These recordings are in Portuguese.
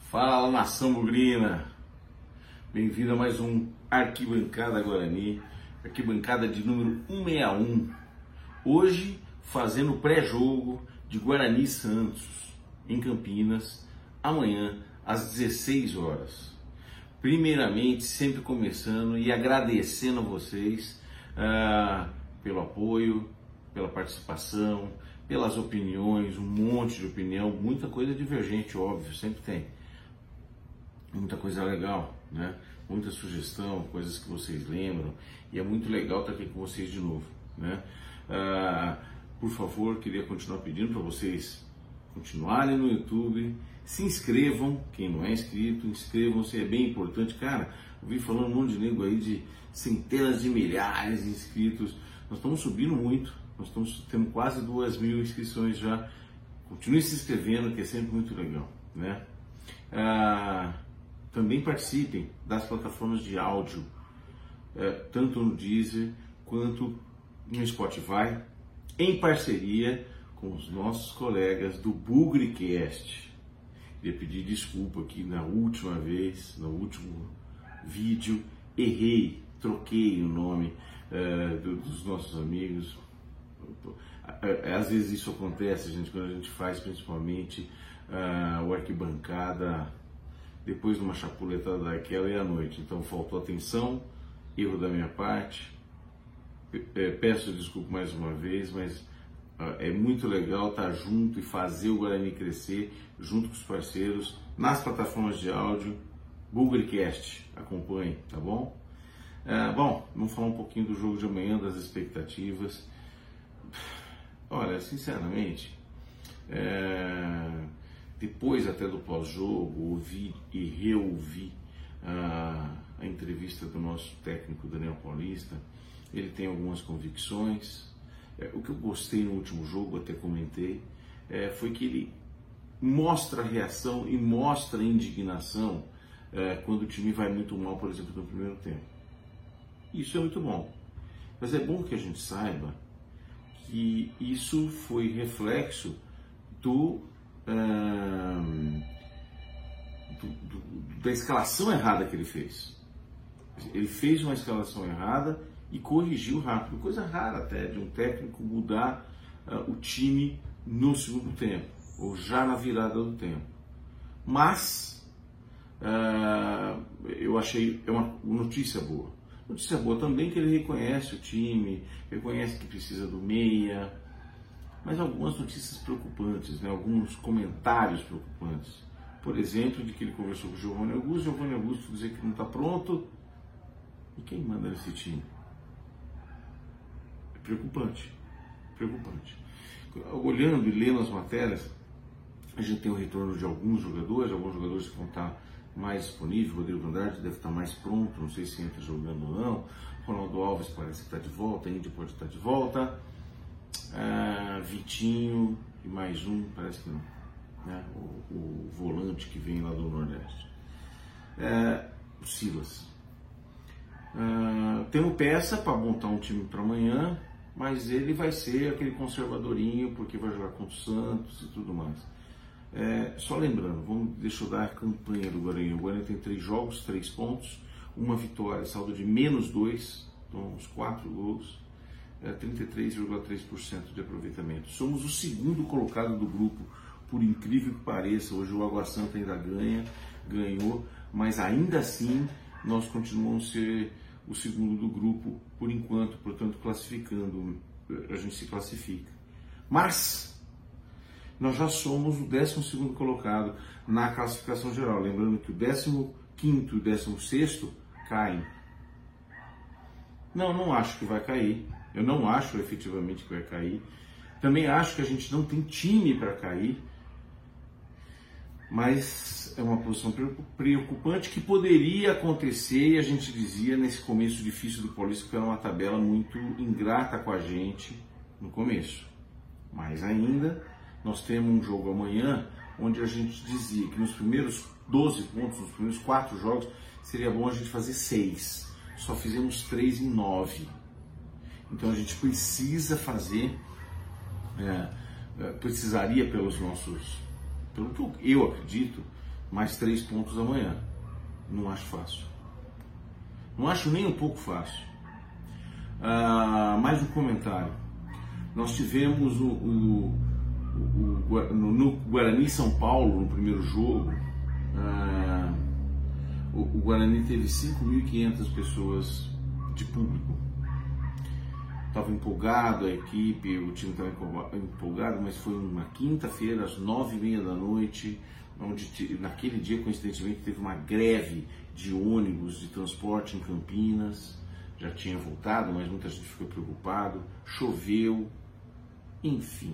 Fala, nação bugrina! Bem-vindo a mais um Arquibancada Guarani, arquibancada de número 161. Hoje, fazendo o pré-jogo de Guarani e Santos, em Campinas, amanhã, às 16 horas. Primeiramente, sempre começando e agradecendo a vocês pelo apoio, pela participação, pelas opiniões, um monte de opinião, muita coisa divergente, óbvio, sempre tem. Muita coisa legal, né? Muita sugestão, coisas que vocês lembram, e é muito legal estar aqui com vocês de novo, né? Por favor, queria continuar pedindo para vocês continuarem no YouTube, se inscrevam, quem não é inscrito, inscrevam-se, é bem importante. Cara, eu vi falando um monte de nego aí de centenas de milhares de inscritos, nós estamos subindo muito, temos quase 2.000 inscrições já. Continue se inscrevendo, que é sempre muito legal, né? Também participem das plataformas de áudio, tanto no Deezer quanto no Spotify, em parceria com os nossos colegas do BugriCast. Queria pedir desculpa aqui na última vez, no último vídeo, errei, troquei o nome dos nossos amigos. Às vezes isso acontece, gente, quando a gente faz principalmente o Arquibancada depois de uma chapuletada daquela e à noite. Então faltou atenção, erro da minha parte. Peço desculpa mais uma vez, mas é muito legal estar junto e fazer o Guarani crescer junto com os parceiros nas plataformas de áudio. BugriCast, acompanhe, tá bom? Bom, vamos falar um pouquinho do jogo de amanhã, das expectativas. Olha, sinceramente, depois até do pós-jogo, ouvi e reouvi a entrevista do nosso técnico Daniel Paulista. Ele tem algumas convicções. O que eu gostei no último jogo, até comentei, foi que ele mostra a reação e mostra a indignação quando o time vai muito mal, por exemplo, no primeiro tempo. Isso é muito bom. Mas é bom que a gente saiba que isso foi reflexo da escalação errada que ele fez. Ele fez uma escalação errada e corrigiu rápido. Coisa rara até de um técnico mudar o time no segundo tempo, ou já na virada do tempo. Mas eu achei uma notícia boa. Notícia boa também que ele reconhece o time, reconhece que precisa do meia, mas algumas notícias preocupantes, né? Alguns comentários preocupantes. Por exemplo, de que ele conversou com o Giovanni Augusto dizer que não está pronto. E quem manda nesse time? É preocupante, preocupante. Olhando e lendo as matérias, a gente tem o retorno de alguns jogadores que vão estar mais disponíveis. Rodrigo Andrade deve estar mais pronto, não sei se entra jogando ou não. Ronaldo Alves parece que está de volta, a Índia pode estar de volta. Vitinho e mais um, parece que não, né? O volante que vem lá do Nordeste. O Silas. Temos peça para montar um time para amanhã, mas ele vai ser aquele conservadorinho porque vai jogar contra o Santos e tudo mais. Só lembrando, deixa eu dar a campanha do Guarani. O Guarani tem 3 jogos, 3 pontos, uma vitória, saldo de -2, então uns 4 gols, 33,3% de aproveitamento. Somos o segundo colocado do grupo, por incrível que pareça. Hoje o Água Santa ainda ganhou, mas ainda assim nós continuamos a ser o segundo do grupo por enquanto, portanto classificando, a gente se classifica. Mas nós já somos o 12º colocado na classificação geral, lembrando que o 15º e o 16º caem. Não acho que vai cair, eu não acho efetivamente que vai cair, também acho que a gente não tem time para cair, mas é uma posição preocupante que poderia acontecer, e a gente dizia nesse começo difícil do Paulista que era uma tabela muito ingrata com a gente no começo, mas ainda nós temos um jogo amanhã onde a gente dizia que nos primeiros 12 pontos, nos primeiros 4 jogos, seria bom a gente fazer 6. Só fizemos 3 em 9. Então a gente precisa fazer, precisaria pelo que eu acredito, mais 3 pontos amanhã. Não acho fácil. Não acho nem um pouco fácil. Mais um comentário. Nós tivemos no Guarani São Paulo, no primeiro jogo, o Guarani teve 5.500 pessoas de público. Estava empolgado a equipe, o time estava empolgado, mas foi uma quinta-feira, às 9h30 da noite, onde naquele dia, coincidentemente, teve uma greve de ônibus de transporte em Campinas. Já tinha voltado, mas muita gente ficou preocupado, choveu, enfim.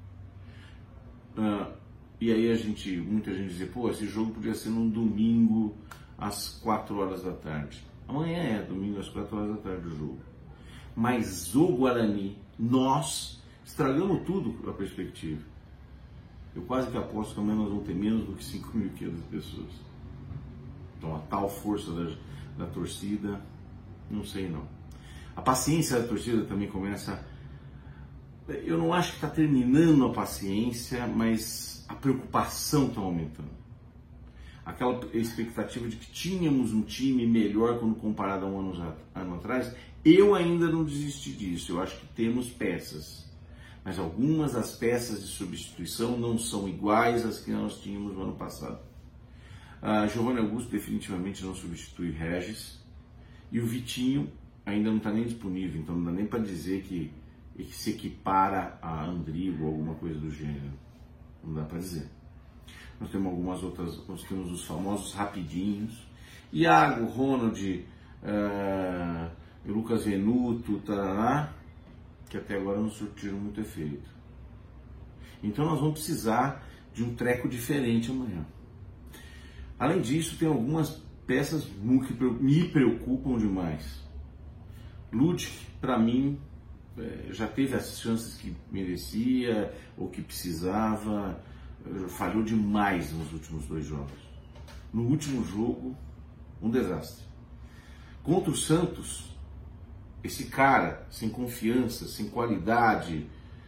E aí muita gente dizia, pô, esse jogo podia ser num domingo às 4 horas da tarde. Amanhã é domingo às 4 horas da tarde o jogo. Mas o Guarani, nós estragamos tudo a perspectiva. Eu quase que aposto que amanhã nós vamos ter menos do que 5.500 pessoas. Então a tal força da torcida, não sei não. A paciência da torcida também começa. Eu não acho que está terminando a paciência, mas a preocupação está aumentando. Aquela expectativa de que tínhamos um time melhor quando comparado a um ano atrás, eu ainda não desisti disso. Eu acho que temos peças, mas algumas das peças de substituição não são iguais às que nós tínhamos no ano passado. Giovanni Augusto definitivamente não substitui Regis, e o Vitinho ainda não está nem disponível, então não dá nem para dizer que se equipara a Andrigo ou alguma coisa do gênero. Não dá para dizer. Nós temos algumas outras, nós temos os famosos rapidinhos, Iago, Ronald, Lucas Venuto, tarará, que até agora não surtiram muito efeito. Então nós vamos precisar de um treco diferente amanhã. Além disso, tem algumas peças que me preocupam demais. Ludic, para mim, já teve as chances que merecia ou que precisava, falhou demais nos últimos 2 jogos. No último jogo, um desastre. Contra o Santos, esse cara sem confiança, sem qualidade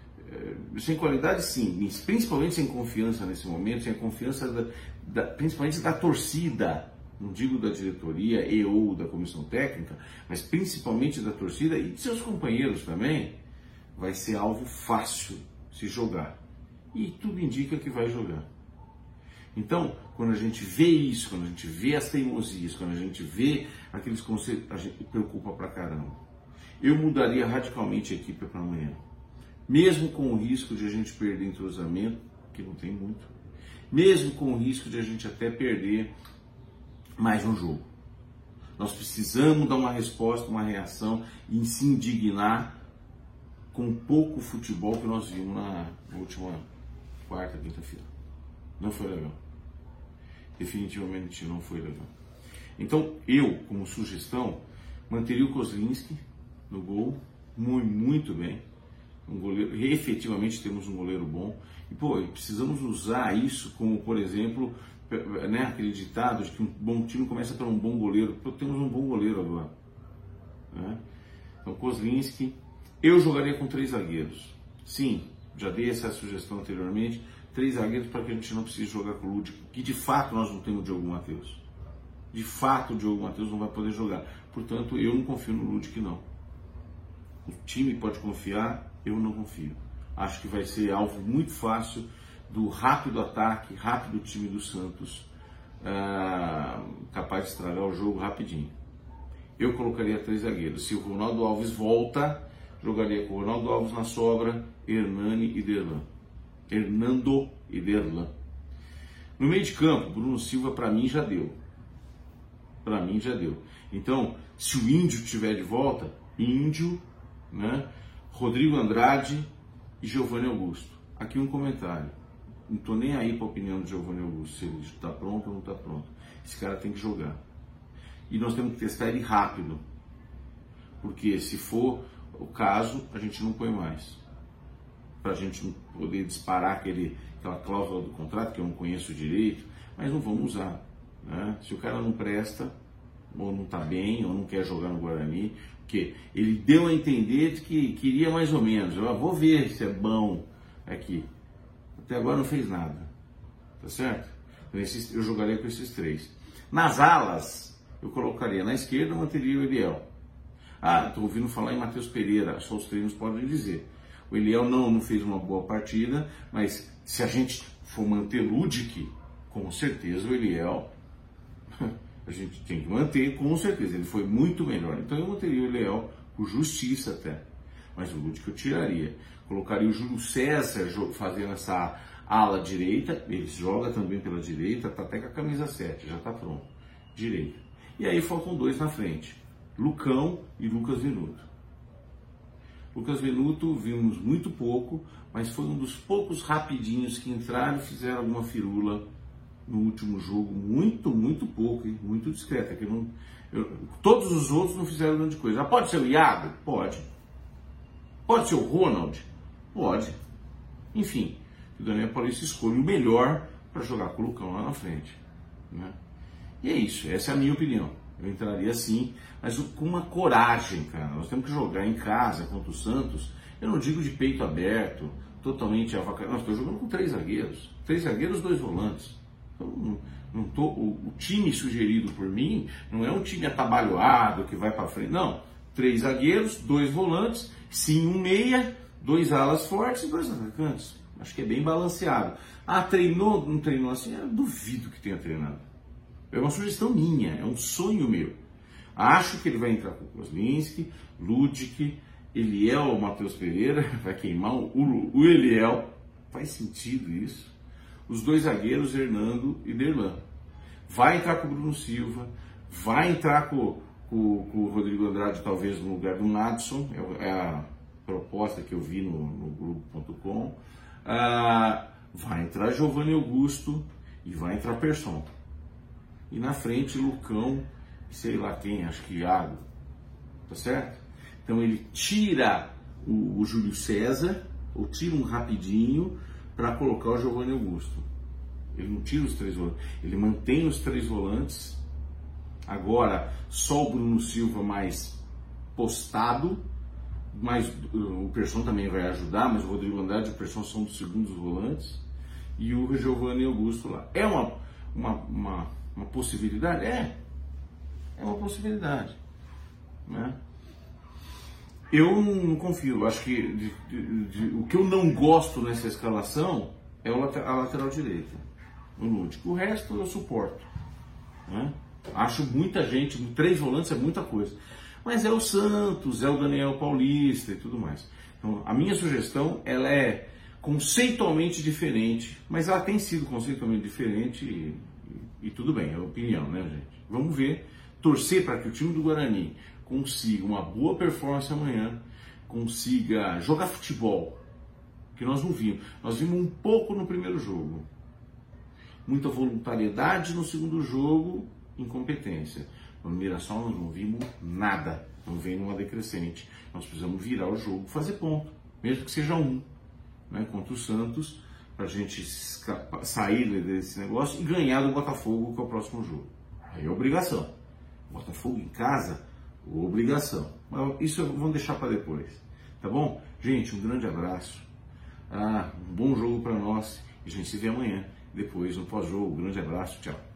sim, principalmente sem confiança nesse momento, sem confiança principalmente da torcida, não digo da diretoria e ou da comissão técnica, mas principalmente da torcida e de seus companheiros também, vai ser alvo fácil se jogar. E tudo indica que vai jogar. Então, quando a gente vê isso, quando a gente vê as teimosias, quando a gente vê aqueles conceitos, a gente preocupa pra caramba. Eu mudaria radicalmente a equipe para amanhã. Mesmo com o risco de a gente perder entrosamento, que não tem muito, mesmo com o risco de a gente até perder mais um jogo. Nós precisamos dar uma resposta, uma reação e se indignar com pouco futebol que nós vimos na última quarta, quinta-feira. Não foi legal. Definitivamente não foi legal. Então, eu, como sugestão, manteria o Kozlinski no gol, muito bem. Um goleiro, efetivamente temos um goleiro bom. E, precisamos usar isso como, por exemplo, né, aquele ditado de que um bom time começa por um bom goleiro. Temos um bom goleiro agora. Né? Então, Kozlinski. Eu jogaria com 3 zagueiros. Sim, já dei essa sugestão anteriormente. 3 zagueiros para que a gente não precise jogar com o Ludic, que de fato nós não temos o Diogo Matheus. De fato o Diogo Matheus não vai poder jogar. Portanto, eu não confio no Ludic, não. O time pode confiar, eu não confio. Acho que vai ser alvo muito fácil do rápido ataque, rápido time do Santos, capaz de estragar o jogo rapidinho. Eu colocaria 3 zagueiros. Se o Ronaldo Alves volta, jogaria com o Ronaldo Alves na sobra, Hernani e Derlan. Hernando e Derlan. No meio de campo, Bruno Silva para mim já deu. Para mim já deu. Então, se o Índio estiver de volta, Índio, né, Rodrigo Andrade e Giovanni Augusto. Aqui um comentário. Não estou nem aí para a opinião de Giovanni Augusto, se ele está pronto ou não está pronto. Esse cara tem que jogar. E nós temos que testar ele rápido. Porque se for o caso, a gente não põe mais. Para a gente não poder disparar aquela cláusula do contrato, que eu não conheço direito, mas não vamos usar. Né? Se o cara não presta, ou não está bem, ou não quer jogar no Guarani, porque ele deu a entender de que queria mais ou menos. Eu vou ver se é bom aqui. Até agora não fez nada. Tá certo? Então, eu jogaria com esses três. Nas alas, eu colocaria na esquerda, manteria o Eliel. Estou ouvindo falar em Matheus Pereira, só os treinos podem dizer. O Eliel não fez uma boa partida, mas se a gente for manter Ludic, com certeza o Eliel, a gente tem que manter, com certeza, ele foi muito melhor. Então eu manteria o Eliel com justiça até, mas o Ludic eu tiraria. Colocaria o Júlio César fazendo essa ala direita, ele joga também pela direita, está até com a camisa 7, já está pronto, direita. E aí faltam dois na frente, Lucão e Lucas Venuto. Lucas Venuto vimos muito pouco, mas foi um dos poucos rapidinhos que entraram e fizeram alguma firula no último jogo, muito pouco, hein? Muito discreta. Todos os outros não fizeram grande coisa. Pode ser o Iago? Pode. Pode ser o Ronald? Pode. Enfim, o Daniel Paulista escolhe o melhor para jogar com o Lucão lá na frente, né? E é isso, essa é a minha opinião. Eu entraria assim, mas com uma coragem, cara. Nós temos que jogar em casa contra o Santos. Eu não digo de peito aberto, totalmente avacalhado. Nós estamos jogando com 3 zagueiros. 3 zagueiros, 2 volantes. Então, o time sugerido por mim não é um time atabalhoado que vai para frente. Não. 3 zagueiros, 2 volantes, sim um meia, 2 alas fortes e 2 atacantes. Acho que é bem balanceado. Treinou? Não treinou assim? Eu duvido que tenha treinado. É uma sugestão minha, é um sonho meu. Acho que ele vai entrar com o Kozlinski, Ludic, Eliel, Matheus Pereira, vai queimar o Eliel. Faz sentido isso. Os 2 zagueiros, Hernando e Derlan. Vai entrar com o Bruno Silva, vai entrar com o Rodrigo Andrade, talvez no lugar do Nadson, é a proposta que eu vi no Globo.com. Vai entrar Giovanni Augusto e vai entrar Persson. E na frente, Lucão, sei lá quem, acho que Iago, tá certo? Então ele tira o Júlio César, ou tira um rapidinho, para colocar o Giovanni Augusto. Ele não tira os 3 volantes, ele mantém os 3 volantes. Agora, só o Bruno Silva mais postado, mas o Persson também vai ajudar, mas o Rodrigo Andrade e o Persson são dos segundos volantes, e o Giovanni Augusto lá. É uma possibilidade? É uma possibilidade, né? Eu não confio, acho que o que eu não gosto nessa escalação é a lateral direita, o Ludic. O resto eu suporto, né? Acho muita gente, 3 volantes é muita coisa, mas é o Santos, é o Daniel Paulista e tudo mais. Então a minha sugestão, ela é conceitualmente diferente, mas ela tem sido conceitualmente diferente e tudo bem, é a opinião, né, gente? Vamos ver, torcer para que o time do Guarani consiga uma boa performance amanhã, consiga jogar futebol, que nós não vimos. Nós vimos um pouco no primeiro jogo, muita voluntariedade no segundo jogo, incompetência. No Mirassol nós não vimos nada, estamos vendo uma decrescente. Nós precisamos virar o jogo, fazer ponto, mesmo que seja um, né, contra o Santos, para a gente sair desse negócio e ganhar do Botafogo, que é o próximo jogo. Aí é obrigação. Botafogo em casa, obrigação. Mas isso vamos deixar para depois. Tá bom? Gente, um grande abraço. Um bom jogo para nós. E a gente se vê amanhã, depois no pós-jogo. Um grande abraço, tchau.